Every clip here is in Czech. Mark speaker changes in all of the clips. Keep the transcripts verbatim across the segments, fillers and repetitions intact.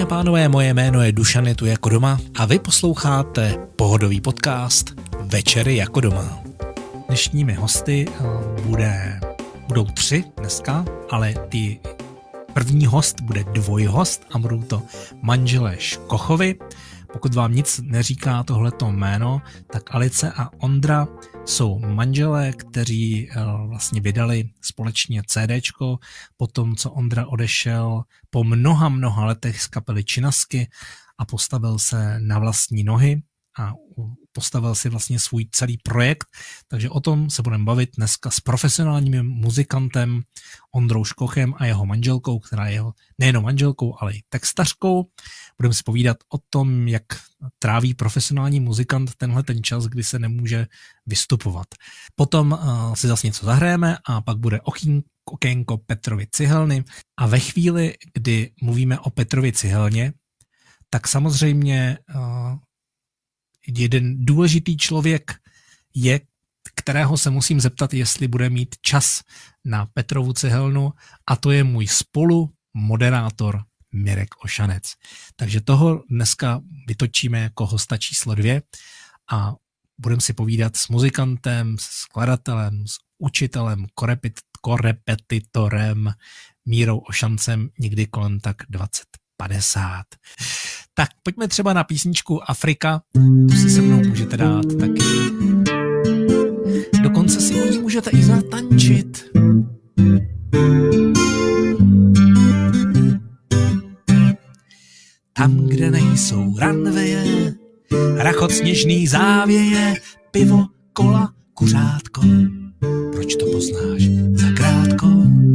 Speaker 1: a pánové, moje jméno je Dušan, je tu jako doma a vy posloucháte pohodový podcast Večery jako doma. Dnešními hosty bude, budou tři dneska, ale ty první host bude dvojhost a budou to manželé Škochovi. Pokud vám nic neříká tohleto jméno, tak Alice a Ondra jsou manželé, kteří vlastně vydali společně CDčko po tom, co Ondra odešel po mnoha, mnoha letech z kapely Činasky a postavil se na vlastní nohy a postavil si vlastně svůj celý projekt. Takže o tom se budeme bavit dneska s profesionálním muzikantem Ondrou Škochem a jeho manželkou, která je jeho nejenom manželkou, ale i textařkou. Budeme si povídat o tom, jak tráví profesionální muzikant tenhle ten čas, kdy se nemůže vystupovat. Potom uh, si zase něco zahrajeme a pak bude okýnko, okénko Petrovy cihelny. A ve chvíli, kdy mluvíme o Petrově cihelně, tak samozřejmě uh, jeden důležitý člověk je, kterého se musím zeptat, jestli bude mít čas na Petrovu cihelnu, a to je můj spolu moderátor Mirek Ošanec. Takže toho dneska vytočíme jako hosta číslo dvě a budeme si povídat s muzikantem, s skladatelem, s učitelem, korepit, korepetitorem Mírou Ošancem někdy kolem tak dvacet padesát. Tak pojďme třeba na písničku Afrika, tu si se mnou můžete dát taky. Dokonce si o ní můžete i zatančit. Tam, kde nejsou ranveje, rachot sněžný závěje, pivo, kola, kuřátko, proč to poznáš zakrátko?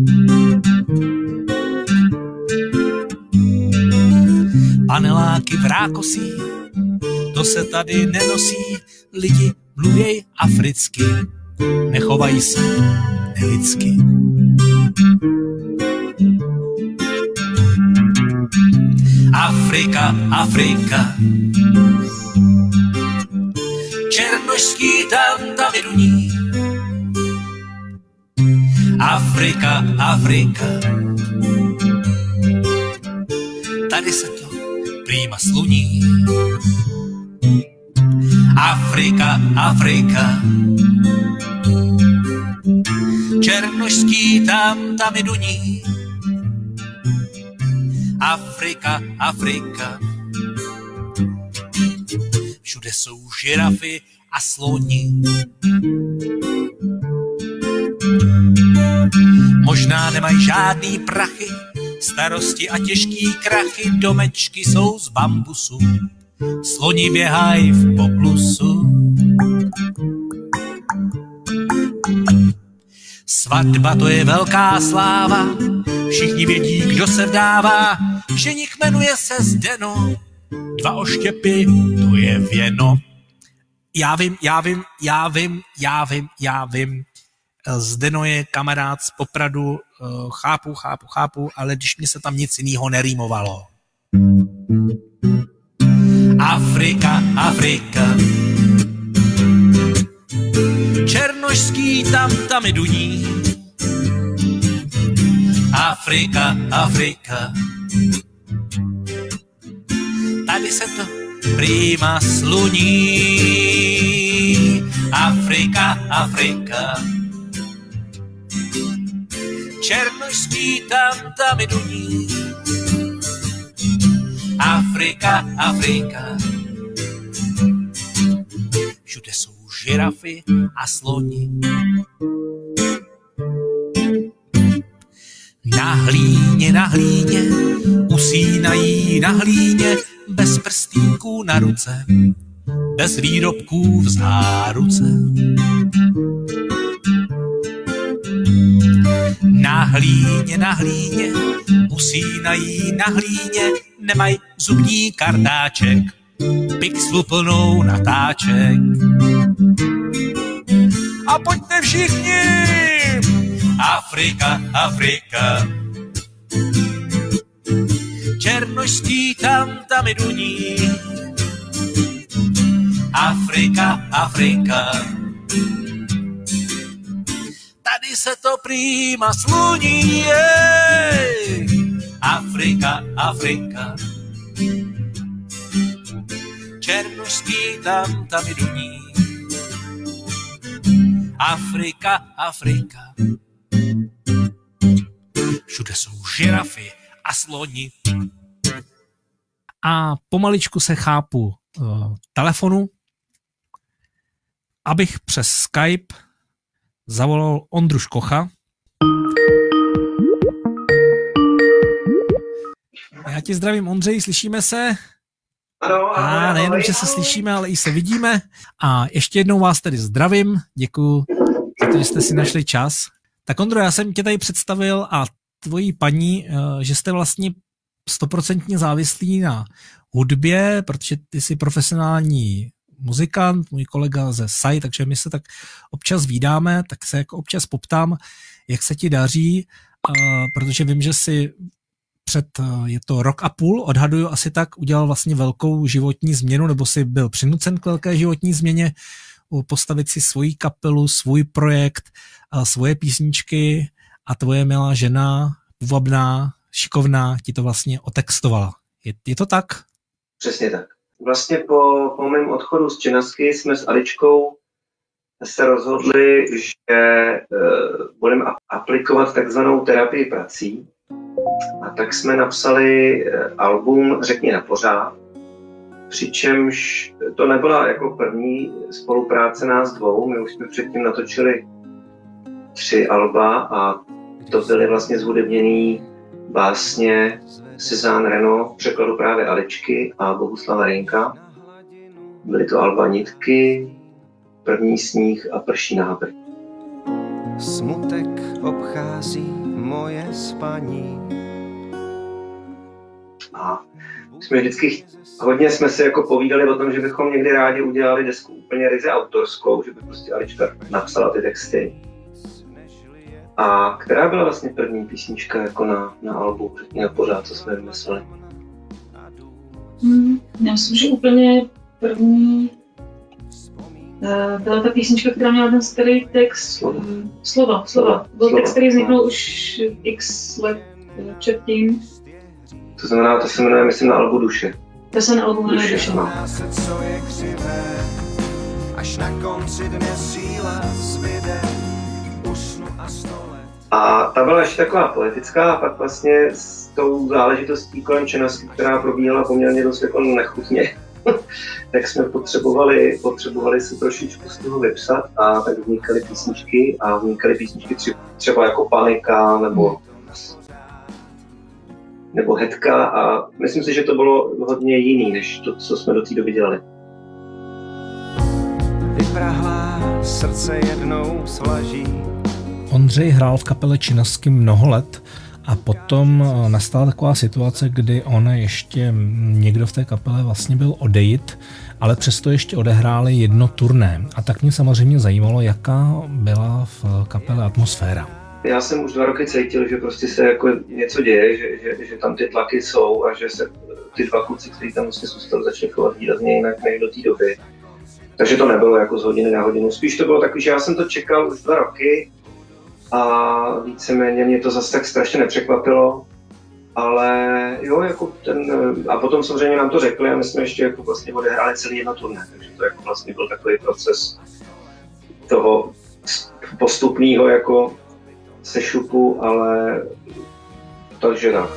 Speaker 1: Paneláky v rákosí, to se tady nenosí, lidi mluvěj africky, nechovají se nelidsky. Afrika, Afrika, černošský tam tam duní. Afrika, Afrika, tady se to prýma sluní. Afrika, Afrika, černošský tam tam duní. Afrika, Afrika, všude jsou žirafy a sloni. Možná nemají žádný prachy, starosti a těžký krachy, domečky jsou z bambusu, sloni běhají v poklusu. Svatba to je velká sláva, všichni vědí, kdo se vdává, ženich jmenuje se Zdeno, dva oštěpy, to je věno. Já vím, já vím, já vím, já vím, já vím, Zdeno je kamarád z Popradu, chápu, chápu, chápu, ale když mě se tam nic jiného nerýmovalo. Afrika, Afrika, černošský tam tam duní. Afrika, Afrika, tady se to prýma sluní. Afrika, Afrika, černošský tam tam duní. Afrika, Afrika, všude jsou žirafy a sloni. Na hlíně, na hlíně, usínají na hlíně, bez prstínků na ruce, bez výrobků v záruce. Na hlíně, na hlíně, usínají na hlíně, nemají zubní kartáček, pixlu plnou natáček. A pojďte všichni! Afrika, Afrika, černošský tam tam duní. Afrika, Afrika, tady se to prýma sluní. Afrika, Afrika, černošský tam, tam i duní. Afrika, Afrika. Všude jsou žirafy a sloni. A pomaličku se chápu uh, telefonu, abych přes Skype zavolal Ondru Škocha. Já ti zdravím, Ondřej, slyšíme se?
Speaker 2: Ano, ano.
Speaker 1: A nejenom, že se slyšíme, ale i se vidíme. A ještě jednou vás tedy zdravím. Děkuju za to, že jste si našli čas. Tak Ondro, já jsem tě tady představil a tvojí paní, že jste vlastně stoprocentně závislí na hudbě, protože ty jsi profesionální muzikant, můj kolega ze S A I, takže my se tak občas vídáme, tak se jako občas poptám, jak se ti daří, protože vím, že jsi před, je to rok a půl, odhaduju asi tak, udělal vlastně velkou životní změnu, nebo si byl přinucen k velké životní změně, postavit si svoji kapelu, svůj projekt, svoje písničky a tvoje milá žena, půvabná, šikovná, ti to vlastně otextovala. Je, je to tak?
Speaker 2: Přesně tak. Vlastně po, po mém odchodu z Činasky jsme s Aličkou se rozhodli, že uh, budeme aplikovat takzvanou terapii prací. A tak jsme napsali album Řekni na pořád, přičemž to nebyla jako první spolupráce nás dvou, my už jsme předtím natočili tři alba a to byly vlastně zhudebněný básně Cezanne Renaud v překladu právě Aličky a Bohuslava Rejnka. Byly to alba Nitky, První sníh a Prší na Habry.
Speaker 3: Smutek obchází moje spaní.
Speaker 2: A jsme vždycky, hodně jsme si jako povídali o tom, že bychom někdy rádi udělali desku úplně ryze autorskou, že by prostě Alička napsala ty texty. A která byla vlastně první písnička jako na, na albu, Řekni na pořád, co jsme vymysleli?
Speaker 4: Hmm, já myslím, že úplně první uh, byla ta písnička, která měla ten starý text, slova, slova. slova. Byl slova, text, který vzniknul no. už x let předtím.
Speaker 2: To znamená, to se jmenuje, myslím, na albu Duše.
Speaker 4: To se na albu jmenuje Duše.
Speaker 2: No.
Speaker 3: Až na konci dne síla zbyde, usnu a stole.
Speaker 2: A ta byla ještě taková poetická a pak vlastně s tou záležitostí kolem Činasky, která probíhala poměrně dost jako nechutně, tak jsme potřebovali, potřebovali si trošičku z toho vypsat a tak vznikaly písničky a vznikaly písničky třeba jako Panika nebo nebo Hetka a myslím si, že to bylo hodně jiný, než to, co jsme do té doby dělali.
Speaker 3: Vyprahlá srdce jednou svlaží.
Speaker 1: Ondřej hrál v kapele Činasky mnoho let a potom nastala taková situace, kdy on ještě někdo v té kapele vlastně byl odejít, ale přesto ještě odehráli jedno turné. A tak mě samozřejmě zajímalo, jaká byla v kapele atmosféra.
Speaker 2: Já jsem už dva roky cítil, že prostě se jako něco děje, že, že, že tam ty tlaky jsou a že se ty dva kluci, kteří tam vlastně zůstali, začali chovat výrazně jinak než do té doby. Takže to nebylo jako z hodiny na hodinu. Spíš to bylo takový, že já jsem to čekal už dva roky a víceméně mě to zase tak strašně nepřekvapilo. Ale jo, jako ten, a potom samozřejmě nám to řekli a my jsme ještě jako vlastně odehráli celý jedno turné, takže to jako vlastně byl takový proces toho postupného jako sešupu, ale takže tak.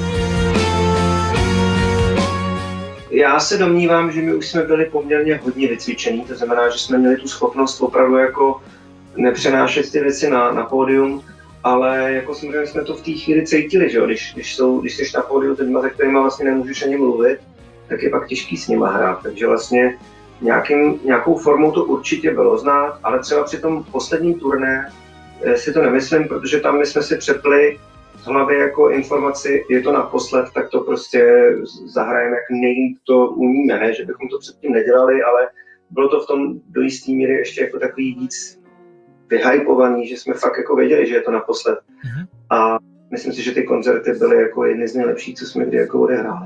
Speaker 2: Já se domnívám, že my už jsme byli poměrně hodně vycvičení, to znamená, že jsme měli tu schopnost opravdu jako nepřenášet ty věci na, na pódium, ale jako samozřejmě jsme to v té chvíli cítili, že jo? Když, když, jsou, když jsi na pódiu lidma, se kterýma vlastně nemůžeš ani mluvit, tak je pak těžký s nima hrát, takže vlastně nějakým, nějakou formou to určitě bylo znát, ale třeba při tom posledním turné si to nemyslím, protože tam my jsme si přepli z hlavy jako informaci, je to naposled, tak to prostě zahrajeme, jak nejlíp to umíme, ne? Že bychom to předtím nedělali, ale bylo to v tom do jistý míry ještě jako takový víc vyhypovaný, že jsme fakt jako věděli, že je to naposled. Mm-hmm. A myslím si, že ty koncerty byly jako jedny z nejlepších, co jsme kdy jako odehráli.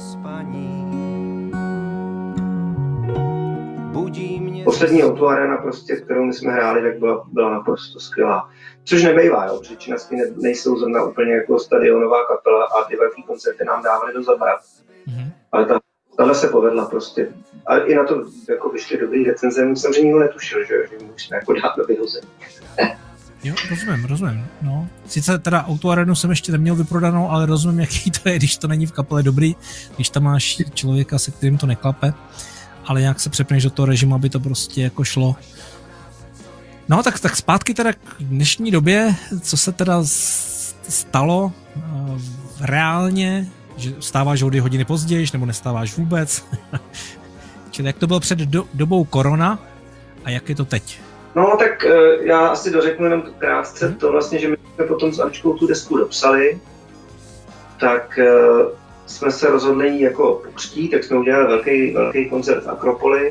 Speaker 2: Poslední Auto Arena, prostě, kterou my jsme hráli, tak byla, byla naprosto skvělá. Což nebejvá, jo, protože Činasky ne, nejsou zrovna úplně jako stadionová kapela a ty velký koncerty nám dávaly do zabrat. Mm-hmm. Ale ta tahle se povedla prostě. A i na to jako vyšly dobrý recenze, jsem, že nikdo netušil, že, že musíme jako dát do vyhození.
Speaker 1: Jo, rozumím, rozumím. No. Sice teda autoarenu jsem ještě neměl vyprodanou, ale rozumím, jaký to je, když to není v kapele dobrý, když tam máš člověka, se kterým to neklape, ale nějak se přepneš do toho režimu, aby to prostě jako šlo. No tak, tak zpátky teda k dnešní době, co se teda stalo uh, reálně, že vstáváš o dvě hodiny později, nebo nestáváš vůbec. Čili jak to bylo před do, dobou korona a jak je to teď?
Speaker 2: No tak uh, já asi dořeknu jenom krátce to vlastně, že my jsme potom s Aničkou tu desku dopsali, tak uh, jsme se rozhodli jí jako pokřtít, tak jsme udělali velký, velký koncert v Akropoli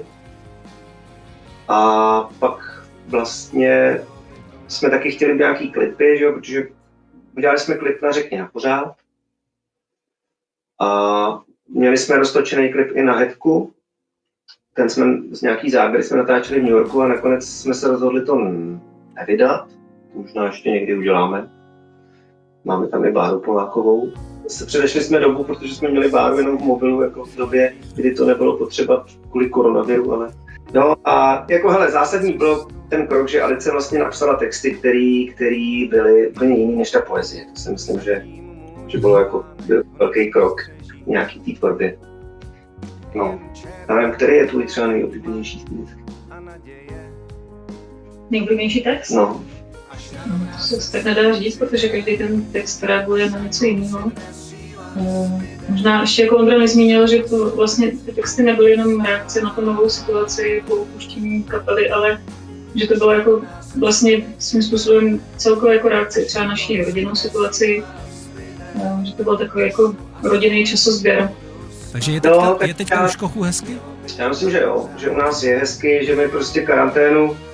Speaker 2: a pak vlastně jsme taky chtěli nějaký klipy, že jo, protože udělali jsme klip na Řekni na pořád a měli jsme roztočený klip i na Hebku. Ten jsme z nějaký záběry jsme natáčeli v New Yorku a nakonec jsme se rozhodli to nevydat. Možná ještě někdy uděláme. Máme tam i Báru Polákovou. Předešli jsme dobu, protože jsme měli Báru jenom v mobilu, jako v době, kdy to nebylo potřeba kvůli koronaviru, ale... No a jako hele, zásadní byl ten krok, že Alice vlastně napsala texty, který, který byly úplně jiný než ta poezie. To si myslím, že, že bylo jako byl velký krok nějaký té tvorbě. No, já nevím, který je tvůj třeba nejoblíbenější stýl?
Speaker 4: Nejoblíbenější text?
Speaker 2: No.
Speaker 4: No, to se tak nedá říct, protože každý ten text reaguje na něco jiného. Uh, možná ještě jako Ondra nezmínil, že to vlastně ty texty nebyly jenom reakce na tu novou situaci po opuštění kapely, ale že to bylo jako vlastně svým způsobem celkově jako reakce třeba naší rodinnou situaci, uh, že to byl takový jako rodinný časozběr.
Speaker 1: Takže je teďka, no, je teďka já, už Kochu hezky?
Speaker 2: Já myslím, že jo, že u nás je hezky, že my prostě karanténu, uh,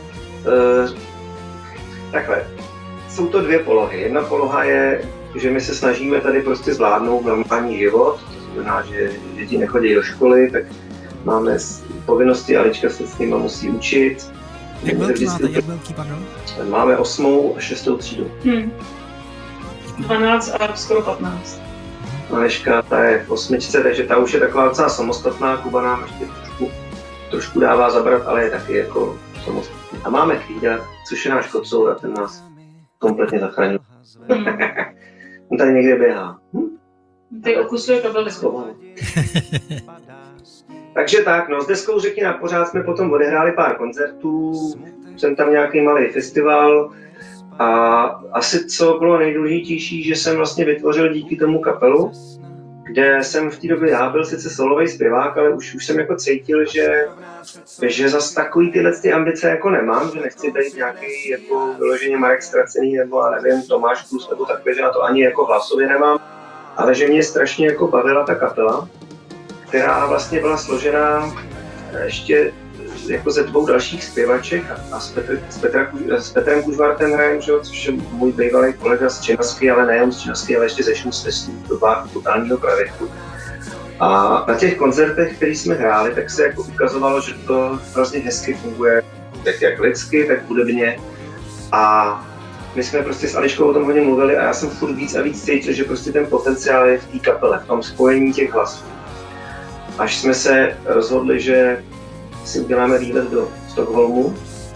Speaker 2: takhle, jsou to dvě polohy. Jedna poloha je, že my se snažíme tady prostě zvládnout normální život, to znamená, že děti nechodí do školy, tak máme povinnosti, Alička se s nimi musí učit.
Speaker 1: Jak velký máte, jak velký, pardon?
Speaker 2: Máme osmou a šestou třídu.
Speaker 4: Hmm. dvanáct a skoro patnáct.
Speaker 2: Aneška, ta je v osmičce, takže ta už je taková docela samostatná, Kuba nám ještě trošku, trošku dává zabrat, ale je taky jako samostatný. A máme Kvída, což je náš kocour a ten nás kompletně zachránil. Hmm. On tady někde běhá. Hm?
Speaker 4: Tady okusuje kabely.
Speaker 2: Takže tak, no s deskou Řekni na pořád jsme potom odehráli pár koncertů, jsem tam nějaký malý festival a asi co bylo nejdůležitější, že jsem vlastně vytvořil díky tomu kapelu, kde jsem v té době, já byl sice solový zpěvák, ale už, už jsem jako cítil, že, že zas takový tyhle ty ambice jako nemám, že nechci být nějaký jako vyloženě Marek Ztracený nebo já nevím, Tomáš Plus nebo takhle, že na to ani jako hlasově nemám, ale že mě strašně jako bavila ta kapela, která vlastně byla složená ještě jako ze dvou dalších zpěvaček a s, Petr, s, Petra, s Petrem Kužvartem, což je můj bývalý kolega z Činasky, ale nejen z Činasky, ale ještě ze Šumstestů, to byla totálního pravěku. A na těch koncertech, které jsme hráli, tak se jako ukazovalo, že to vlastně hezky funguje, tak jak lidsky, tak hudebně. A my jsme prostě s Ališkou o tom hodně mluvili a já jsem furt víc a víc cítil, že prostě ten potenciál je v té kapele, v tom spojení těch hlasů. Až jsme se rozhodli, že si uděláme výlet do Stockholmu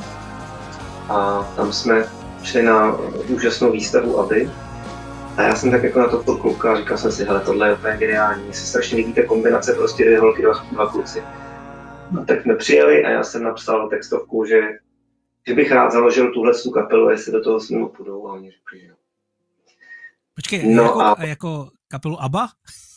Speaker 2: a tam jsme šli na úžasnou výstavu Aby. A já jsem tak jako na to koukal a říkal jsem si, hele, tohle je úplně geniální, mně se strašně líbí ta kombinace prostě dvě holky, dva, dva kluci. No, tak jsme přijeli a já jsem napsal textovku, že, že bych rád založil tuhle tu kapelu, jestli do toho s mnou půjdou a oni řekli, že jo.
Speaker 1: Počkej, no jako, a... jako kapelu ABBA?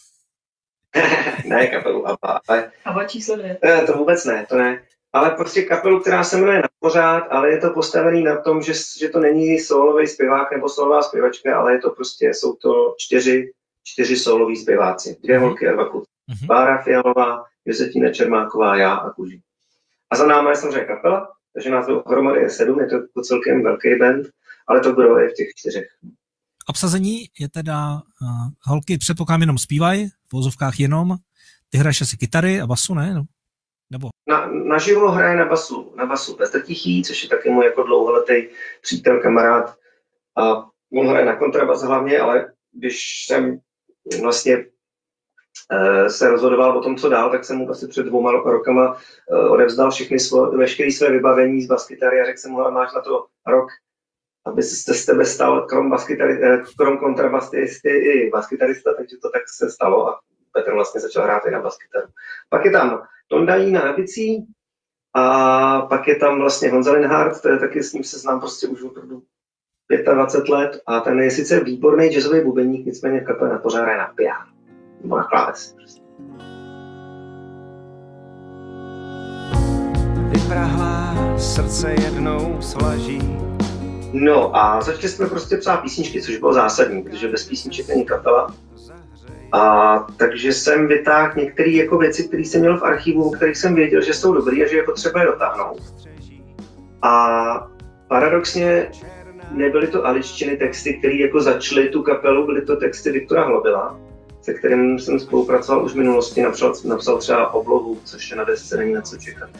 Speaker 2: Ne, kapelu ABBA, ale...
Speaker 4: ABBA číslo dvě.
Speaker 2: Ne, to vůbec ne, to ne. Ale prostě kapelu, která se jmenuje Na pořád, ale je to postavený na tom, že, že to není sólový zpěvák nebo sólová zpěvačka, ale je to prostě, jsou to čtyři, čtyři sóloví zpěváci. Dvě holky a dva kluci. Mm-hmm. Bára Fialová, Josetína Čermáková, já a Kuží. A za námi je samozřejmě kapela, takže nás dohromady je sedm, je to jako celkem velký band, ale to gro je v těch čtyřech.
Speaker 1: Obsazení je teda, uh, holky předpokládám jenom zpívají, v vozovkách jenom, ty hraješ asi kytary a basu, ne? No. Nebo?
Speaker 2: Na, naživo hraje na basu, na basu Petr Tichý, což je taky můj jako dlouholetý přítel, kamarád. A on hraje na kontrabas hlavně, ale když jsem vlastně se rozhodoval o tom, co dál, tak jsem mu asi před dvouma rokama odevzdal všechny svo, veškeré své vybavení z baskytary a řekl jsem mu, máš na to rok, aby se z tebe stal krom, krom kontrabasisty i baskytarista, takže to tak se stalo a Petr vlastně začal hrát i na baskytaru. Pak je tam Tonda Jína na bicí a pak je tam vlastně Honza Linhardt, to je taky, s ním se znám prostě už opravdu dvacet pět let a ten je sice výborný jazzový bubeník, nicméně v kapele na pořád hraje na piano nebo na kláves.
Speaker 3: Vyprahlá srdce jednou svlaží.
Speaker 2: No a začali jsme prostě psát písničky, což bylo zásadní, protože bez písniček není kapela. A takže jsem vytáhl některé jako věci, které jsem měl v archivu, o kterých jsem věděl, že jsou dobrý a že je potřeba je dotáhnout. A paradoxně nebyly to aličtiny texty, které jako začaly tu kapelu, byly to texty Viktora Hlobila, se kterým jsem spolupracoval už v minulosti, napsal, napsal třeba Oblohu, což je na desce Není na co čekat.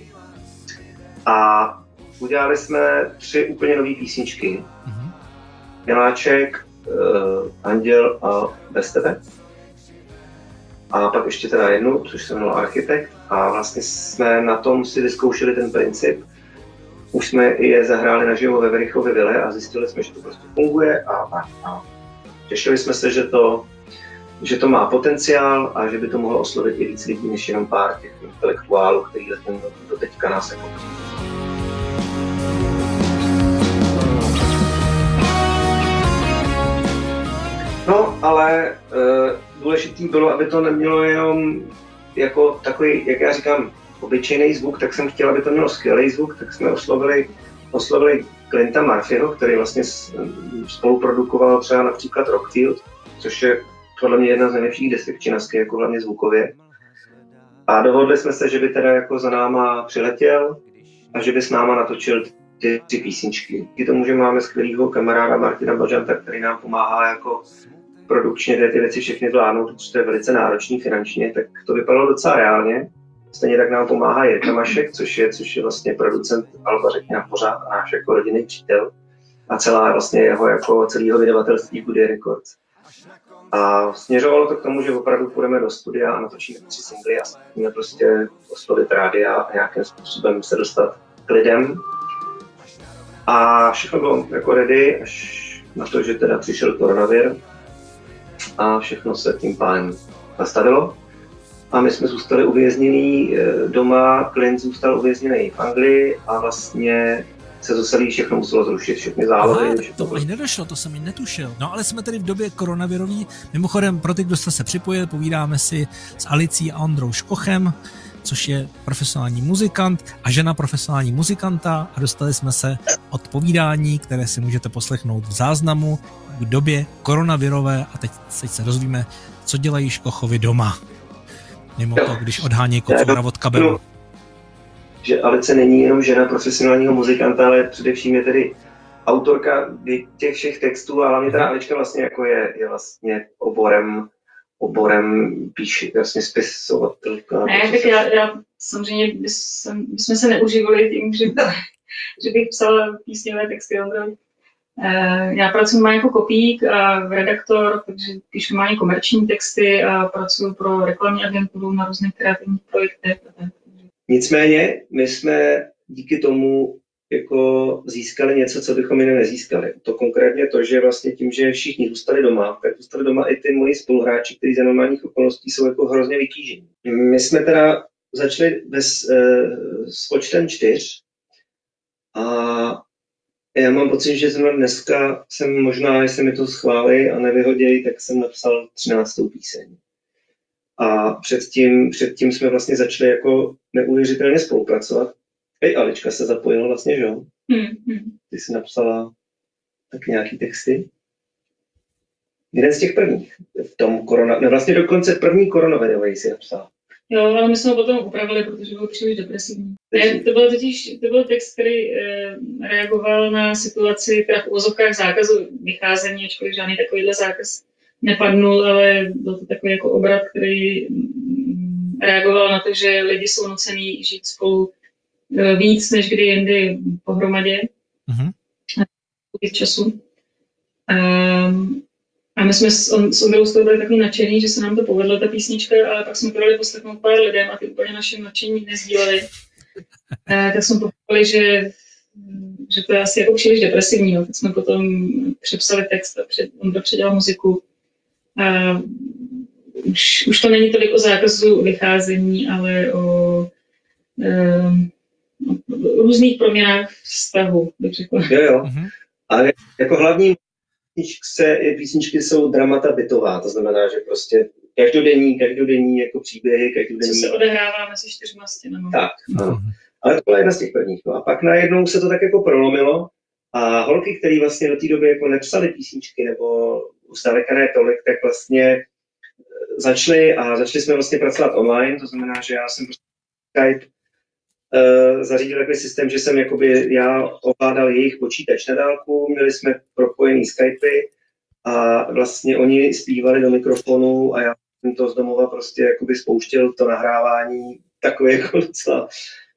Speaker 2: A udělali jsme tři úplně nové písničky. Mm-hmm. Miláček, uh, Anděl a Bez tebe. A pak ještě teda jednu, což se jmenoval Architekt. A vlastně jsme na tom si vyzkoušeli ten princip. Už jsme je zahráli naživo ve Verichově vile a zjistili jsme, že to prostě funguje a, a, a těšili jsme se, že to, že to má potenciál a že by to mohlo oslovit i víc lidí, než jenom pár těch intelektuálů, který letím do, do teďka nás jako. No, ale e, důležitý bylo, aby to nemělo jenom jako takový, jak já říkám, obyčejný zvuk, tak jsem chtěl, aby to mělo skvělý zvuk, tak jsme oslovili, oslovili Clinta Murphyho, který vlastně spoluprodukoval třeba například Rockfield, což je podle mě jedna z nejlepších desek činařské, jako hlavně zvukově. A dohodli jsme se, že by teda jako za náma přiletěl a že by s náma natočil ty tři písničky. Díky tomu, že máme skvělýho kamaráda Martina Bažanta, který nám pomáhá jako produkčně ty věci všechny zvládnout, protože to je velice náročný finančně, tak to vypadalo docela reálně. Stejně tak nám pomáhá Jirka Mašek, což je, což je vlastně producent Alba Řekni na pořád a náš jako rodinný přítel. A celá vlastně jeho jako celého vydavatelství Goody Records. A směřovalo to k tomu, že opravdu půjdeme do studia a natočíme tři singly a jsme prostě oslovit rádia a nějakým způsobem se dostat k lidem. A všechno bylo jako ready, až na to, že teda přišel koronavir a všechno se tím pádem zastavilo. A my jsme zůstali uvěznění doma, klient zůstal uvězněný v Anglii a vlastně se zase všechno muselo zrušit, všechny zálohy.
Speaker 1: Aha, to ani nedošlo, to jsem i netušil. No ale jsme tady v době koronavirový. Mimochodem, pro ty, kdo jste se připojil, povídáme si s Alicí a Ondrou Škochem, což je profesionální muzikant a žena profesionální muzikanta a dostali jsme se od povídání, které si můžete poslechnout v záznamu v době koronavirové a teď, teď se dozvíme, co dělají Škochovi doma. Mimo to, když odhání kocoura od kabelu.
Speaker 2: No, že Alice není jenom žena profesionálního muzikanta, ale především je tedy autorka těch všech textů a hlavně teda Alička vlastně jako je, je vlastně oborem, oborem píši, vlastně spisovatelka.
Speaker 4: Ne, tak já, já samozřejmě bychom se neužívali tím, že, že bych psala písňové texty Ondrovi. Já pracuji má jako kopík a redaktor, takže píšu má komerční texty a pracuji pro reklamní agenturu na různých kreativních projektech.
Speaker 2: Nicméně my jsme díky tomu jako získali něco, co bychom jinak nezískali. To konkrétně to, že vlastně tím, že všichni zůstali doma, tak zůstali doma i ty moji spoluhráči, kteří za normálních okolností jsou jako hrozně vytížení. My jsme teda začali bez, uh, s počtem čtyř a já mám pocit, že jsem dneska jsem možná, jestli mi to schválí a nevyhodili, tak jsem napsal třináctou píseň. A předtím, předtím jsme vlastně začali jako neuvěřitelně spolupracovat. I Alička se zapojila vlastně, že jo?
Speaker 4: Hmm, hmm.
Speaker 2: Ty jsi napsala tak nějaký texty. Jeden z těch prvních v tom korona, ne, vlastně dokonce první koronavirový si napsala.
Speaker 4: Jo, ale my jsme ho potom upravili, protože byl příliš depresivní. Ne, to byl totiž, to byl text, který e, reagoval na situaci teda v uvozovkách zákazu vycházení, ačkoliv žádný takovýhle zákaz nepadnul, ale byl to takový jako obrat, který mm, reagoval na to, že lidi jsou nucený žít spolu e, víc než kdy jindy pohromadě. Mm-hmm. Času. Um, A my jsme s, on, s Ondrou z toho byli takový nadšený, že se nám to povedlo, ta písnička, ale pak jsme to dali poslechnout pár lidem a ty úplně našem nadšení nezdíleli. E, tak jsme pochopili, že, že to je asi jako příliš depresivní. No. Tak jsme potom přepsali text a před, Ondra předělal muziku. A už, už to není tolik o zákazu vycházení, ale o, e, o různých proměnách vztahu, bych řekla.
Speaker 2: Jo, jo. Ale jako hlavní písničky jsou dramata bytová, to znamená, že prostě každodenní, každodenní jako příběhy, každodenní...
Speaker 4: Co se odehrává mezi čtyřma stěnami.
Speaker 2: Tak, ano. Ale to byla jedna z těch prvních. No. A pak najednou se to tak jako prolomilo a holky, které vlastně do té doby jako nepsaly písničky nebo zdaleka ne tolik, tak vlastně začaly a začali jsme vlastně pracovat online, to znamená, že já jsem prostě Skype uh, zařídil takový systém, že jsem jakoby já ovládal jejich počítač na dálku, měli jsme propojený Skypy a vlastně oni zpívali do mikrofonu a já jsem to z domova prostě jakoby spouštěl to nahrávání, takový jako docela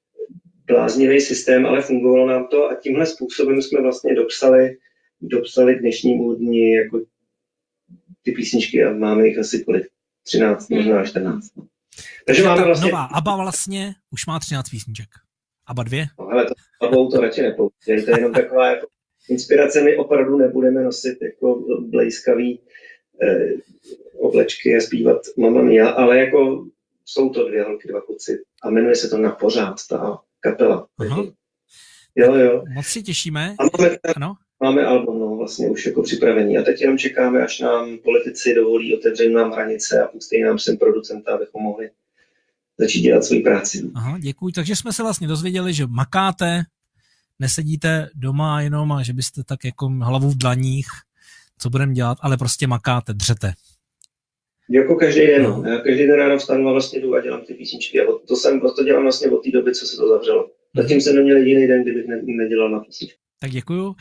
Speaker 2: bláznivý systém, ale fungovalo nám to a tímhle způsobem jsme vlastně dopsali, dopsali dnešnímu dni jako ty písničky a máme jich asi kolik? třináct, možná čtrnáct. Takže máme vlastně...
Speaker 1: Nová ABBA vlastně už má třináct písniček. ABBA dvě?
Speaker 2: No hele, to ABBA to radši nepouštěj, to je jenom taková jako inspirace, my opravdu nebudeme nosit jako blejskavý eh, oblečky a zpívat Mamma Mia, ale jako jsou to dvě holky, dva kluci a jmenuje se to Na pořád, ta kapela.
Speaker 1: Aha.
Speaker 2: Jo, jo.
Speaker 1: Moc si těšíme.
Speaker 2: A máme,
Speaker 1: ano?
Speaker 2: máme album, no, vlastně už jako připravený. A teď jenom čekáme, až nám politici dovolí, otevřít nám hranice a pustí nám sem producenta, abychom mohli začít dělat svou práci. No.
Speaker 1: Aha, děkuji. Takže jsme se vlastně dozvěděli, že makáte, nesedíte doma jenom a že byste tak jako hlavu v dlaních, co budeme dělat, ale prostě makáte, dřete.
Speaker 2: Jako každý den, no. Já každý den ráno vstanu a vlastně jdu a dělám ty písničky. A to, jsem, to dělám vlastně od té doby, co se to zavřelo. Zatím jsem neměl jediný den, kdybych ne, nedělal na písničku.
Speaker 1: Tak děkuju.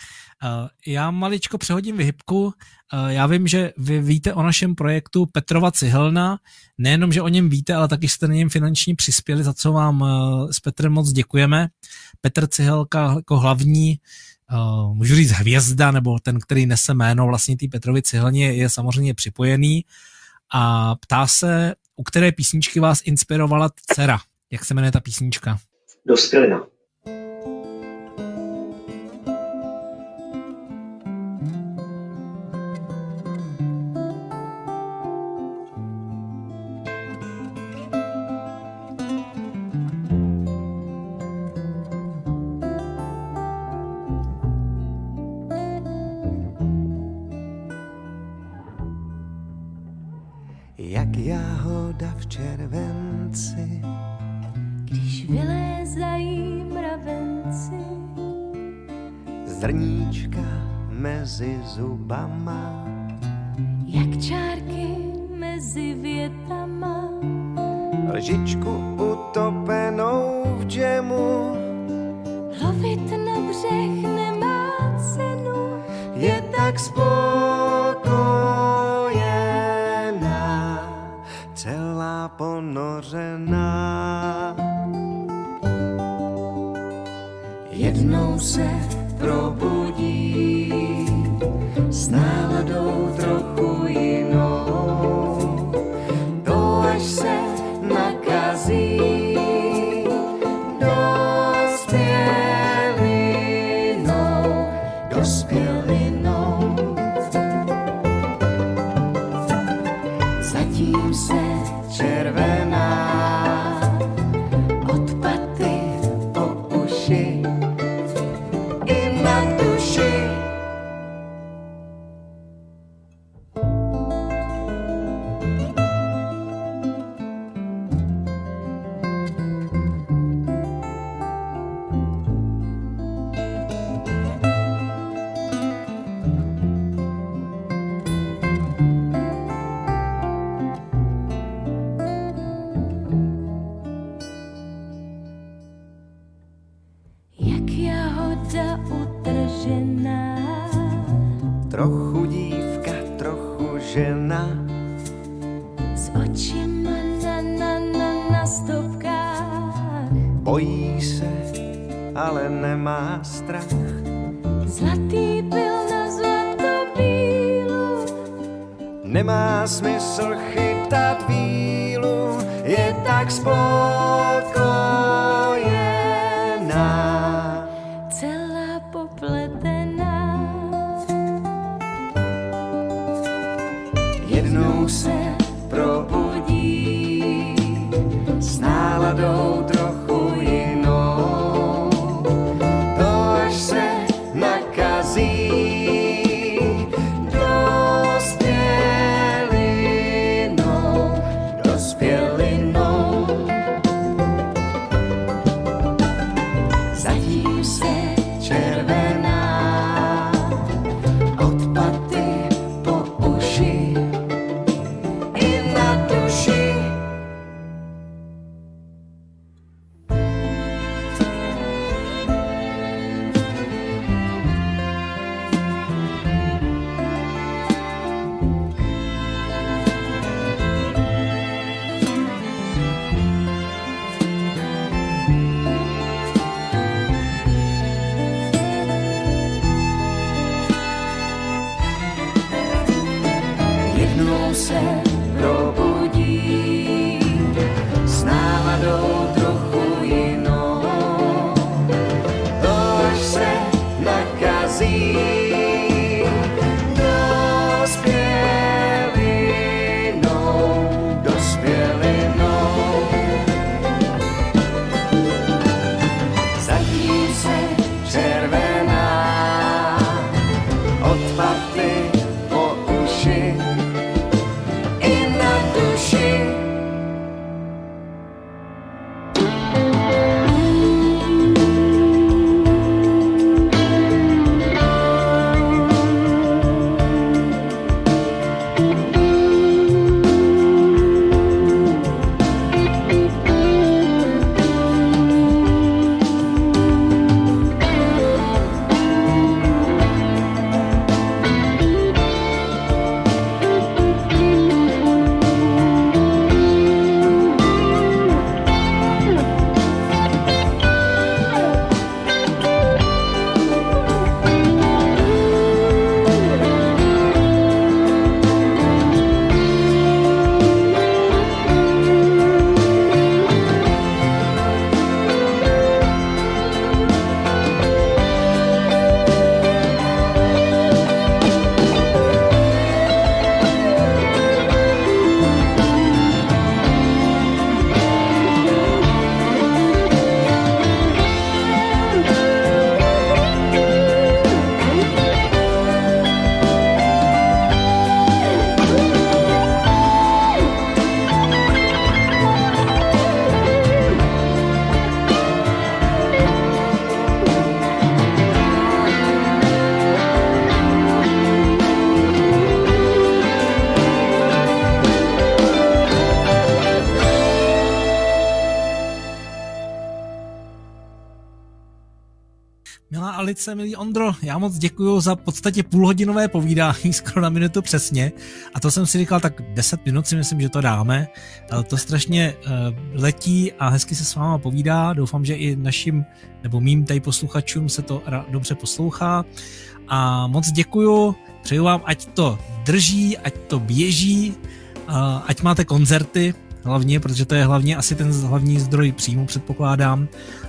Speaker 1: Já maličko přehodím vyhybku. Já vím, že vy víte o našem projektu Petrova cihelna. Nejenom, že o něm víte, ale taky jste na něm finančně přispěli, za co vám s Petrem moc děkujeme. Petr Cihelka jako hlavní, můžu říct hvězda, nebo ten, který nese jméno vlastně té Petrovy cihelně, je samozřejmě připojený a ptá se, u které písničky vás inspirovala dcera. Jak se jmenuje ta písnička?
Speaker 2: Dospělina.
Speaker 3: Jak jáhoda v červenci,
Speaker 5: když vylézají mravenci,
Speaker 3: zrníčka mezi zubama,
Speaker 5: jak čárky mezi větama,
Speaker 3: lžičku utopenou v džemu,
Speaker 5: lovit na břeh nemá cenu,
Speaker 3: je tak spokojená, celá ponořená. Jednou se probudí s náladou trochu jinou, to až se nakazí dospělinou, dospělinou. Zatím se červená od paty po uši i na duši.
Speaker 5: jak jahoda utržená,
Speaker 3: Trochu dívka, trochu žena,
Speaker 5: s očima na, na, na, na stopkách,
Speaker 3: bojí se, ale nemá strach.
Speaker 5: zlatý byl na zlato bílu,
Speaker 3: Nemá smysl chytat vílu, je tak spokojená.
Speaker 5: celá popletená.
Speaker 3: Jednou se probudí s náladou trochu jinou, to až se nakazí dospělinou, dospělinou. Zatím se červená od paty po uši i na duši. Jednou se probudí s náladou trochu jinou, to až se nakazí dospělinou, dospělinou. Zatím se červená od paty po uši i na duši.
Speaker 1: Milá Alice, milý Ondro, já moc děkuju za v podstatě půlhodinové povídání, skoro na minutu přesně. A to jsem si říkal, tak deset minut si myslím, že to dáme. To strašně letí a hezky se s váma povídá. Doufám, že i našim, nebo mým tady posluchačům se to dobře poslouchá. A moc děkuju, přeju vám, ať to drží, ať to běží, ať máte koncerty hlavně, protože to je hlavně asi ten hlavní zdroj příjmu, předpokládám.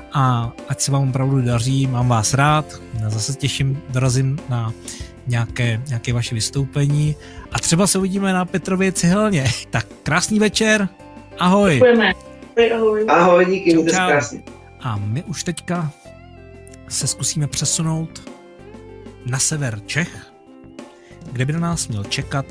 Speaker 1: A ať se vám opravdu daří, mám vás rád, zase těším, dorazím na nějaké, nějaké vaše vystoupení a třeba se uvidíme na Petrově cihelně. Tak krásný večer, ahoj.
Speaker 4: Děkujeme. Ahoj.
Speaker 2: Ahoj, díky, mějte se krásně.
Speaker 1: A my už teďka se zkusíme přesunout na sever Čech, kde by na nás měl čekat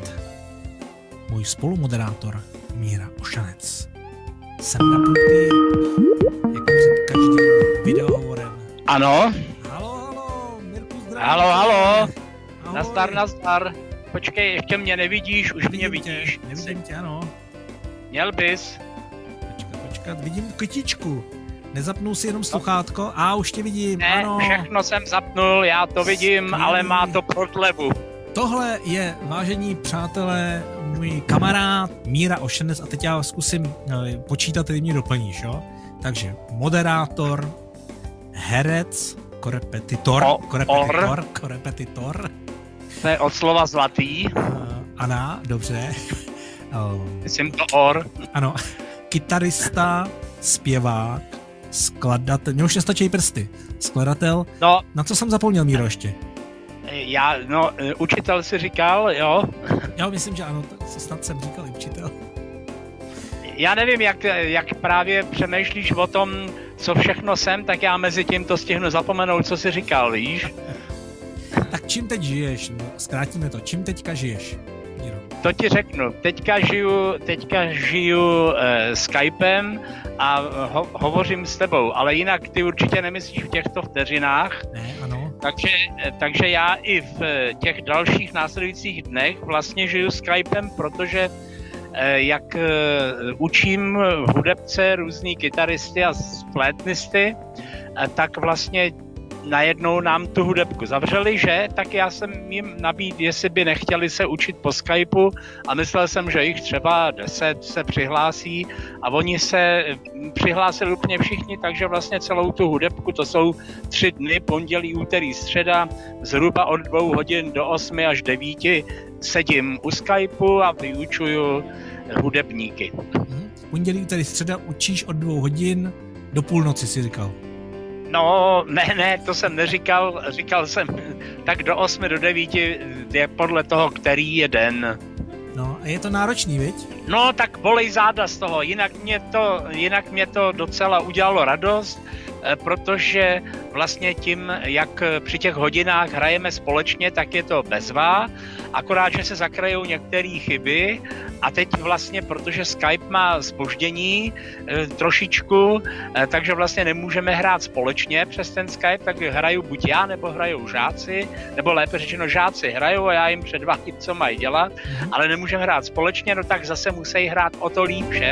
Speaker 1: můj spolumoderátor Míra Ošanec. Jsem napnutý, jako před každým videohovorem.
Speaker 6: Ano.
Speaker 1: Halo, halo, Mirku, zdravím.
Speaker 6: Halo, halo.
Speaker 1: Ahoj.
Speaker 6: Nazdar, nazdar. Počkej, ještě mě nevidíš, už
Speaker 1: Nevidím
Speaker 6: mě vidíš.
Speaker 1: Tě, nevidím tě, ano.
Speaker 6: Měl bys.
Speaker 1: Počkat, počkat, vidím kytičku. Nezapnul si jenom sluchátko? A už tě vidím,
Speaker 6: Ne,
Speaker 1: ano.
Speaker 6: všechno jsem zapnul, já to vidím,
Speaker 1: Skvělý.
Speaker 6: ale má to prodlevu.
Speaker 1: Tohle je, vážení přátelé, můj kamarád Míra Ošanec a teď já zkusím počítat, ty mě doplníš, jo? Takže moderátor, herec, korepetitor,
Speaker 6: O,
Speaker 1: korepetitor,
Speaker 6: or.
Speaker 1: korepetitor.
Speaker 6: To je od slova zlatý.
Speaker 1: Anna, dobře.
Speaker 6: Myslím to Or.
Speaker 1: Ano, kytarista, zpěvák, skladatel, mě už nestačí prsty, skladatel.
Speaker 6: No,
Speaker 1: na co jsem zapomněl, Míro, ještě?
Speaker 6: Já, no, učitel si říkal, jo?
Speaker 1: Já myslím, že ano, snad jsem říkal i učitel.
Speaker 6: Já nevím, jak, jak právě přemýšlíš o tom, co všechno jsem, tak já mezi tím to stihnu zapomenout, co jsi říkal, víš?
Speaker 1: Tak čím teď žiješ? No, zkrátíme to. Čím teďka žiješ? Míro.
Speaker 6: To ti řeknu. Teďka žiju, teďka žiju eh, Skypem a ho, hovořím s tebou, ale jinak ty určitě nemyslíš v těchto vteřinách.
Speaker 1: Ne, ano.
Speaker 6: Takže, takže já i v těch dalších následujících dnech vlastně žiju Skypem, protože eh, jak eh, učím hudebce, různý kytaristy a flétnisty, eh, tak vlastně najednou nám tu hudebku zavřeli, že? Tak já jsem jim nabídl, jestli by nechtěli se učit po Skypeu a myslel jsem, že jich třeba deset se přihlásí a oni se přihlásili úplně všichni, takže vlastně celou tu hudebku, to jsou tři dny, pondělí, úterý, středa, zhruba od dvou hodin do osmi až devíti sedím u Skypeu a vyučuju hudebníky.
Speaker 1: Mhm. Pondělí, úterý, středa učíš od dvou hodin do půlnoci, si říkal.
Speaker 6: No, ne, ne, to jsem neříkal, říkal jsem tak do osmi, do devíti, je podle toho, který je den.
Speaker 1: No a je to náročný, viď?
Speaker 6: No, tak bolej záda z toho, jinak mě to, jinak mě to docela udělalo radost, protože vlastně tím, jak při těch hodinách hrajeme společně, tak je to bezvá, akorát, že se zakrajou některé chyby a teď vlastně, protože Skype má zpoždění e, trošičku, e, takže vlastně nemůžeme hrát společně přes ten Skype, tak hraju buď já, nebo hrajou žáci, nebo lépe řečeno žáci hrajou a já jim předvádím, co mají dělat, ale nemůžeme hrát společně, no tak zase musí hrát o to líp, že?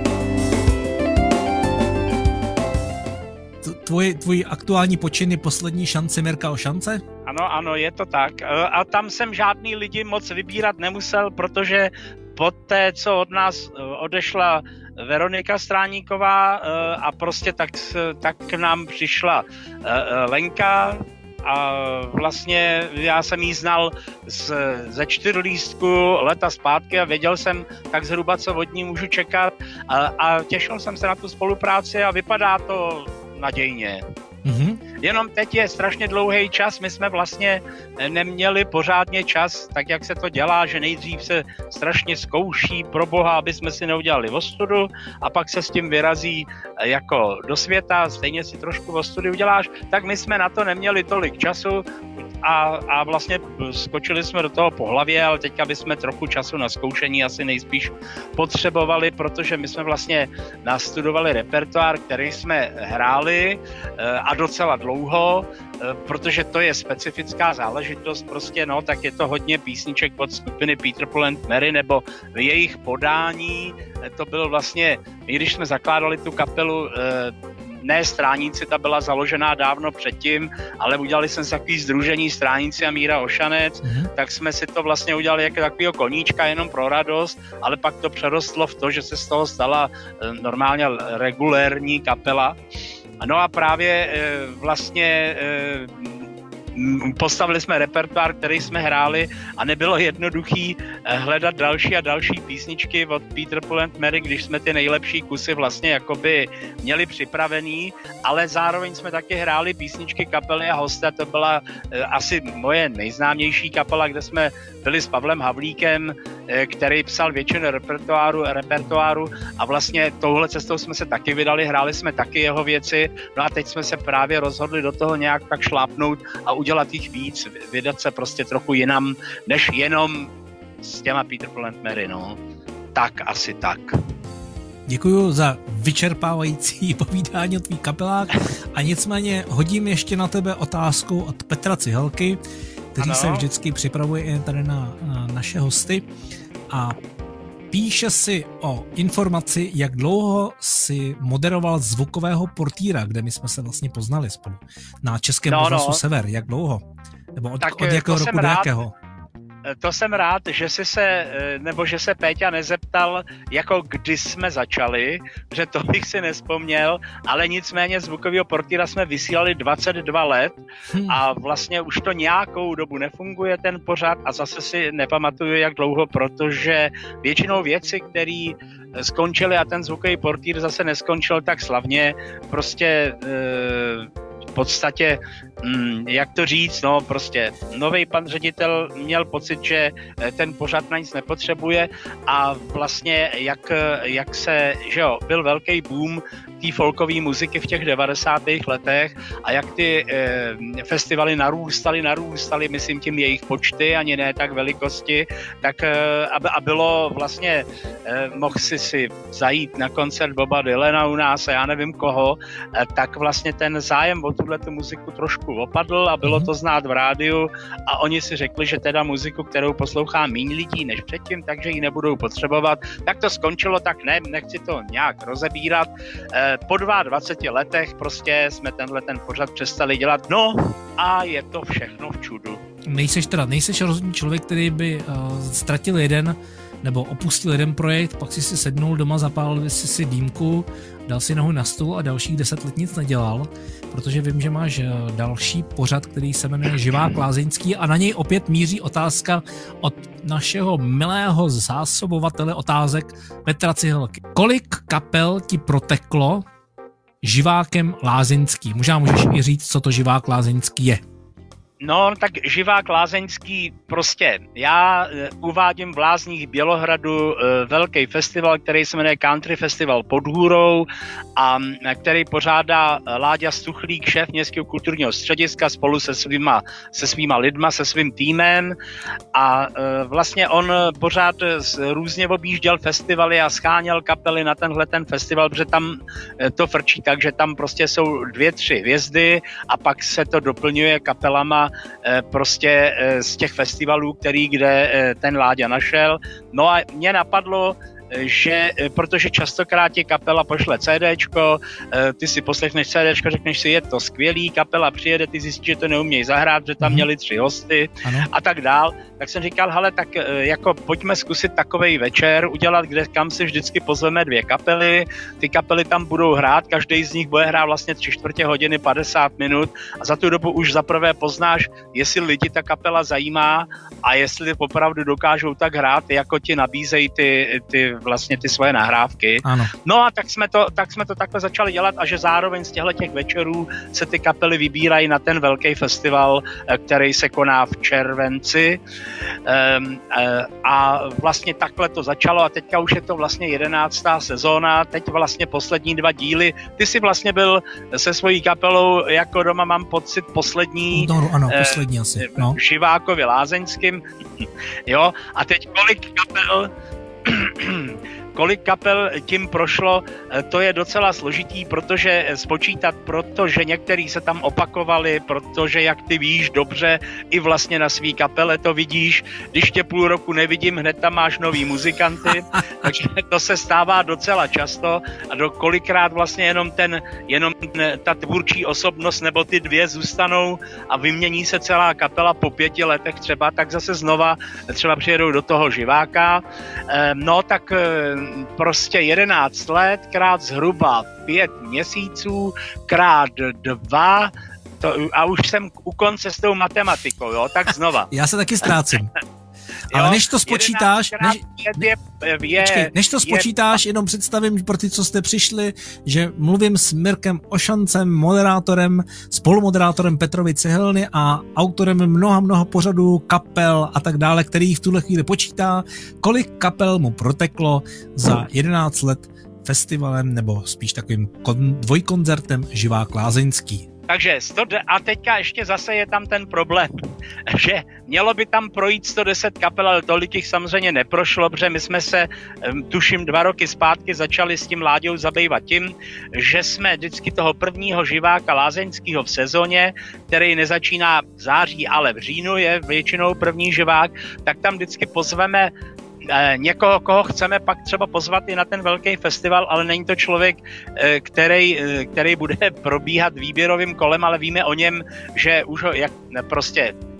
Speaker 1: Tvoj, tvůj aktuální počin je poslední šance Mirka o šance?
Speaker 6: Ano, ano, je to tak. A tam jsem žádný lidi moc vybírat nemusel, protože po té, co od nás odešla Veronika Stráníková a prostě tak, tak k nám přišla Lenka a vlastně já jsem jí znal z, ze čtyřlístku leta zpátky a věděl jsem tak zhruba, co od ní můžu čekat a, a těšil jsem se na tu spolupráci a vypadá to nadějně. Mm-hmm. Jenom teď je strašně dlouhý čas, my jsme vlastně neměli pořádně čas, tak jak se to dělá, že nejdřív se strašně zkouší pro boha, aby jsme si neudělali ostudu a pak se s tím vyrazí jako do světa, stejně si trošku ostudy uděláš, tak my jsme na to neměli tolik času a, a vlastně skočili jsme do toho po hlavě, ale teďka bychom trochu času na zkoušení asi nejspíš potřebovali, protože my jsme vlastně nastudovali repertoár, který jsme hráli a docela dlouho, protože to je specifická záležitost, prostě no, tak je to hodně písniček od skupiny Peter, Paul and Mary, nebo v jejich podání, to bylo vlastně, i když jsme zakládali tu kapelu, ne Stráníci, ta byla založená dávno předtím, ale udělali jsme si takový sdružení Stráníci a Míra Ošanec, mm-hmm. tak jsme si to vlastně udělali jako takovýho koníčka jenom pro radost, ale pak to přerostlo v to, že se z toho stala normálně regulérní kapela. No a právě vlastně postavili jsme repertoár, který jsme hráli a nebylo jednoduchý hledat další a další písničky od Peter, Paul and Mary, když jsme ty nejlepší kusy vlastně jakoby měli připravený, ale zároveň jsme taky hráli písničky kapely a Hosta, to byla asi moje nejznámější kapela, kde jsme byli s Pavlem Havlíkem, který psal většinu repertoáru, repertoáru a vlastně touhle cestou jsme se taky vydali, hráli jsme taky jeho věci, no a teď jsme se právě rozhodli do toho nějak tak šlápnout a udělat jich víc, vydat se prostě trochu jinam, než jenom s těma Peter, Paul and Mary, no. Tak, asi tak.
Speaker 1: Děkuju za vyčerpávající povídání o tvých kapelách a nicméně hodím ještě na tebe otázku od Petra Cihelky, který ano. se vždycky připravuje i tady na, na naše hosty a píše si o informaci, jak dlouho si moderoval zvukového portýra, kde my jsme se vlastně poznali spolu. Na Českém
Speaker 6: no,
Speaker 1: rozhlasu
Speaker 6: no.
Speaker 1: Sever, jak dlouho? Nebo od,
Speaker 6: tak
Speaker 1: od jakého roku do jakého?
Speaker 6: to jsem rád, že si se, nebo že se Péťa nezeptal, jako kdy jsme začali, že to bych si nespomněl, ale nicméně zvukového portýra jsme vysílali dvacet dva let a vlastně už to nějakou dobu nefunguje ten pořad a zase si nepamatuju, jak dlouho, protože většinou věci, které skončily a ten zvukový portýr zase neskončil tak slavně, prostě v podstatě, jak to říct, no prostě nový pan ředitel měl pocit, že ten pořad na nic nepotřebuje a vlastně jak, jak se, že jo, byl velký boom té folkové muziky v těch devadesátých letech a jak ty eh, festivaly narůstaly, narůstaly, myslím tím jejich počty, ani ne tak velikosti, tak eh, a bylo vlastně, eh, mohl si si zajít na koncert Boba Dylana u nás a já nevím koho, eh, tak vlastně ten zájem o tuhletu muziku trošku opadl a bylo to znát v rádiu a oni si řekli, že teda muziku, kterou poslouchá méně lidí než předtím, takže ji nebudou potřebovat. Tak to skončilo, tak ne, nechci to nějak rozebírat. Eh, po dvaceti dvou letech prostě jsme tenhle ten pořad přestali dělat, no a je to všechno v čudu.
Speaker 1: Nejseš teda, nejseš rozhodný člověk, který by uh, ztratil jeden nebo opustil jeden projekt, pak si si sednul doma, zapálil si si dýmku, dal si nohu na stůl a dalších deset let nic nedělal, protože vím, že máš další pořad, který se jmenuje Živák lázeňský a na něj opět míří otázka od našeho milého zásobovatele otázek Petra Cihelky. Kolik kapel ti proteklo Živákem lázeňský? Možná můžeš i říct, co to Živák lázeňský je.
Speaker 6: No, tak Živák lázeňský prostě. Já uvádím v Lázních Bělohradu velký festival, který se jmenuje Country Festival pod Hůrou a který pořádá Láďa Stuchlík, šéf Městského kulturního střediska spolu se svýma, se svýma lidma, se svým týmem a vlastně on pořád různě objížděl festivaly a scháněl kapely na tenhle ten festival, protože tam to frčí tak, že tam prostě jsou dvě, tři hvězdy a pak se to doplňuje kapelama prostě z těch festivalů, který kde ten Láďa našel. No a mě napadlo, že, protože častokrát ti kapela pošle CDčko, ty si poslechneš CDčko, řekneš si, je to skvělý, kapela přijede, ty zjistíš, že to neumějí zahrát, že tam měli tři hosty ano. a tak dál. Tak jsem říkal, hele, tak jako pojďme zkusit takovej večer udělat, kde kam si vždycky pozveme dvě kapely, ty kapely tam budou hrát, každý z nich bude hrát vlastně tři čtvrtě hodiny, padesát minut a za tu dobu už zaprvé poznáš, jestli lidi ta kapela zajímá a jestli opravdu dokážou tak hrát, jako ti nabízejí ty, ty vlastně ty svoje nahrávky. Ano. No a tak jsme, to, tak jsme to takhle začali dělat a že zároveň z těchto těch večerů se ty kapely vybírají na ten velký festival, který se koná v červenci. Um, a vlastně takhle to začalo a teďka už je to vlastně jedenáctá sezóna, teď vlastně poslední dva díly. Ty jsi vlastně byl se svojí kapelou, jako doma mám pocit, poslední.
Speaker 1: No, ano, poslední asi. No.
Speaker 6: Živákovi lázeňským. Jo, a teď kolik kapel kolik kapel tím prošlo, to je docela složitý, protože spočítat, protože některý se tam opakovali, protože jak ty víš dobře, i vlastně na svý kapele to vidíš, když tě půl roku nevidím, hned tam máš nový muzikanty, takže to se stává docela často a do kolikrát vlastně jenom ten, jenom ta tvůrčí osobnost nebo ty dvě zůstanou a vymění se celá kapela po pěti letech třeba, tak zase znova třeba přijedou do toho Živáka. No tak prostě jedenáct let krát zhruba pět měsíců krát dva to, a už jsem u konce s tou matematikou, jo, tak znova.
Speaker 1: Já se taky ztrácím. Ale než to spočítáš, než, ne, je, počkej, než to spočítáš, je, jenom představím pro ty, co jste přišli, že mluvím s Mirkem Ošancem, moderátorem, spolumoderátorem Petrovi Cihelny a autorem mnoha, mnoha pořadů, kapel a tak dále, který v tuhle chvíli počítá, kolik kapel mu proteklo za jedenáct let festivalem, nebo spíš takovým kon, dvojkoncertem Živák lázeňský.
Speaker 6: Takže sto, a teďka ještě zase je tam ten problém, že mělo by tam projít sto deset kapel, ale tolik jich samozřejmě neprošlo, protože my jsme se, tuším, dva roky zpátky začali s tím Láďou zabývat tím, že jsme vždycky toho prvního Živáka lázeňského v sezóně, který nezačíná v září, ale v říjnu je většinou první Živák, tak tam vždycky pozveme někoho, koho chceme pak třeba pozvat i na ten velký festival, ale není to člověk, který, který bude probíhat výběrovým kolem, ale víme o něm, že už ho jak prostě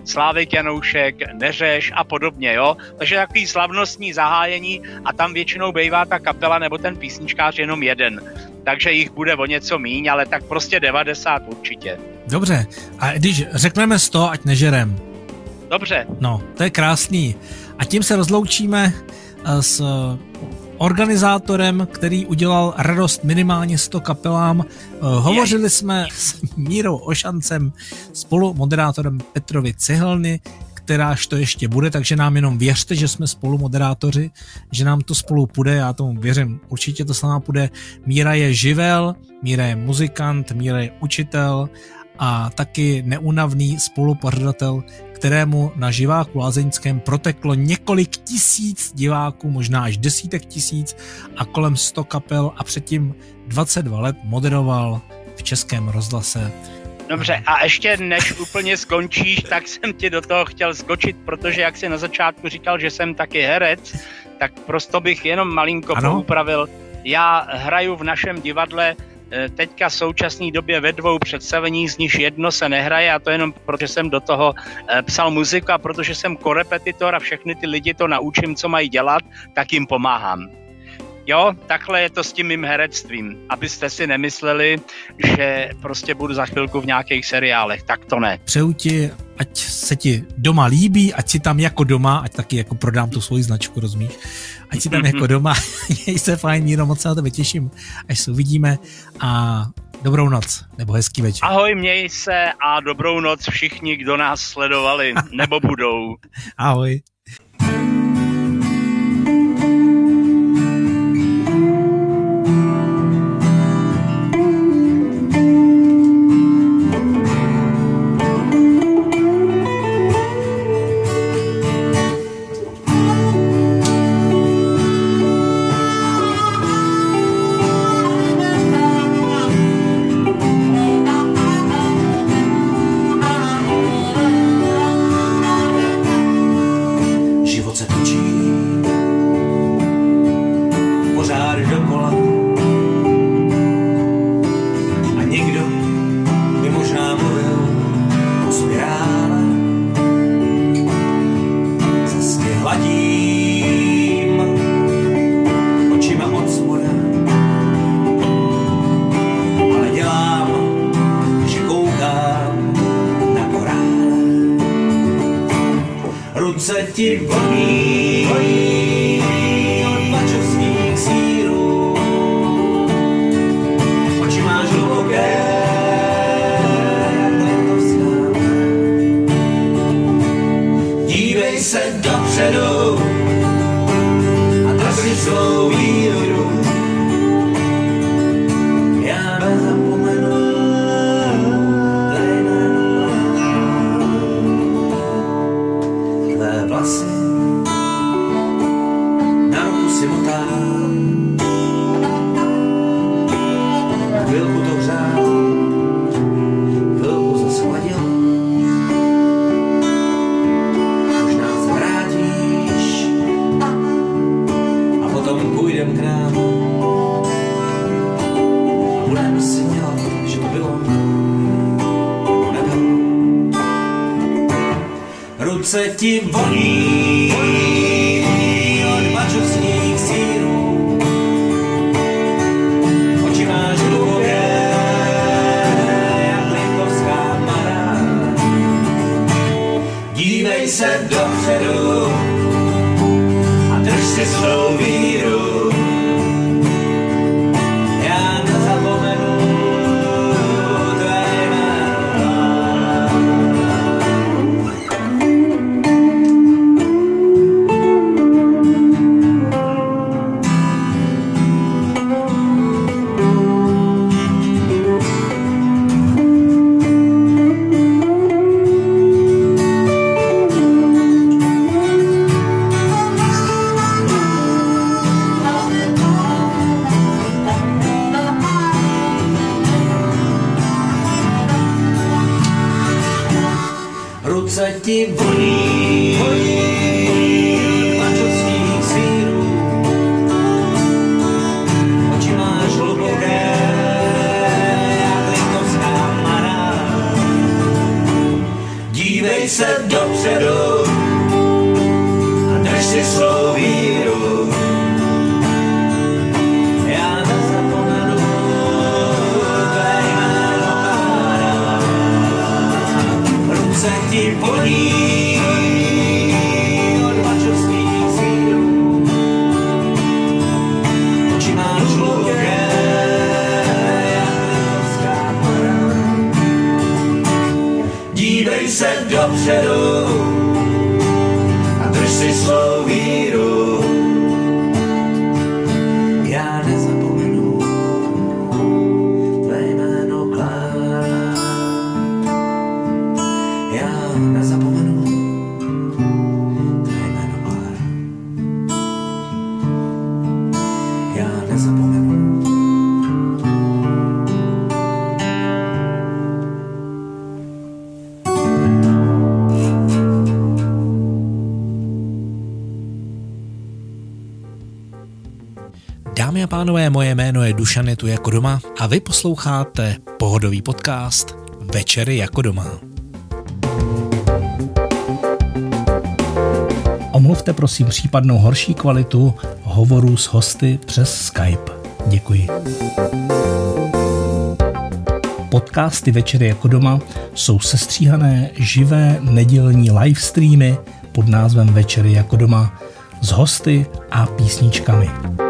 Speaker 6: Slávek Janoušek, Neřeš a podobně, jo. Takže takový slavnostní zahájení a tam většinou bývá ta kapela nebo ten písničkář jenom jeden. Takže jich bude o něco míň, ale tak prostě devadesát určitě.
Speaker 1: Dobře, a když řekneme sto, ať nežerem.
Speaker 6: Dobře.
Speaker 1: No, to je krásný. A tím se rozloučíme s organizátorem, který udělal radost minimálně sto kapelám. Hovořili Jej. jsme s Mírou Ošancem, spolu moderátorem Petrovi Cihelny, kteráž to ještě bude, takže nám jenom věřte, že jsme spolu moderátoři, že nám to spolu půjde, já tomu věřím, určitě to s náma půjde. Míra je živel, Míra je muzikant, Míra je učitel a taky neúnavný spolupořadatel, kterému na Živáku lázeňském proteklo několik tisíc diváků, možná až desítek tisíc a kolem sto kapel a předtím dvacet dva let moderoval v Českém rozhlase.
Speaker 6: Dobře, a ještě než úplně skončíš, tak jsem ti do toho chtěl skočit, protože jak jsi na začátku říkal, že jsem taky herec, tak prosto bych jenom malinko poupravil. Já hraju v našem divadle teďka v současné době ve dvou představeních, z nichž jedno se nehraje a to jenom protože jsem do toho psal muziku a protože jsem korepetitor a všechny ty lidi to naučím, co mají dělat, tak jim pomáhám. Jo, takhle je to s tím mým herectvím, abyste si nemysleli, že prostě budu za chvilku v nějakých seriálech, tak to ne.
Speaker 1: Přeju ti, ať se ti doma líbí, ať si tam jako doma, ať taky jako prodám tu svoji značku, rozumíš? Ať si tam jako doma, měj se fajn, Míro, moc se na tebe těším, až se uvidíme a dobrou noc, nebo hezký večer.
Speaker 6: Ahoj, měj se a dobrou noc všichni, kdo nás sledovali, nebo budou.
Speaker 1: Ahoj.
Speaker 3: Ti voní, voní od mačovských sírů. Oči máš hluboké, jak lentovská. Dívej se dopředu a drž svou víru. Já nezapomenu tvé tvé vlasy. Na ruku si motám, chvilku to hřál, chvilku zas chladil. Možná se vrátíš a potom půjdem k nám a budeme si dělat, že to bylo nebo nebylo. Ruce ti voní, voní od mačovských sírů. Oči máš hluboké, jak lentovská mara. Dívej se dopředu a drž si svou víru. Já nezapomenu tvé jméno. Ruce ti voní, voní od mačovských sírů. Oči máš hluboké, jak lentovská mara. Dívej se do
Speaker 1: Dámy a pánové, moje jméno je Dušan, je tu jako doma a vy posloucháte pohodový podcast Večery jako doma. Omluvte prosím případnou horší kvalitu hovorů s hosty přes Skype. Děkuji. Podcasty Večery jako doma jsou sestříhané živé nedělní livestreamy pod názvem Večery jako doma s hosty a písničkami.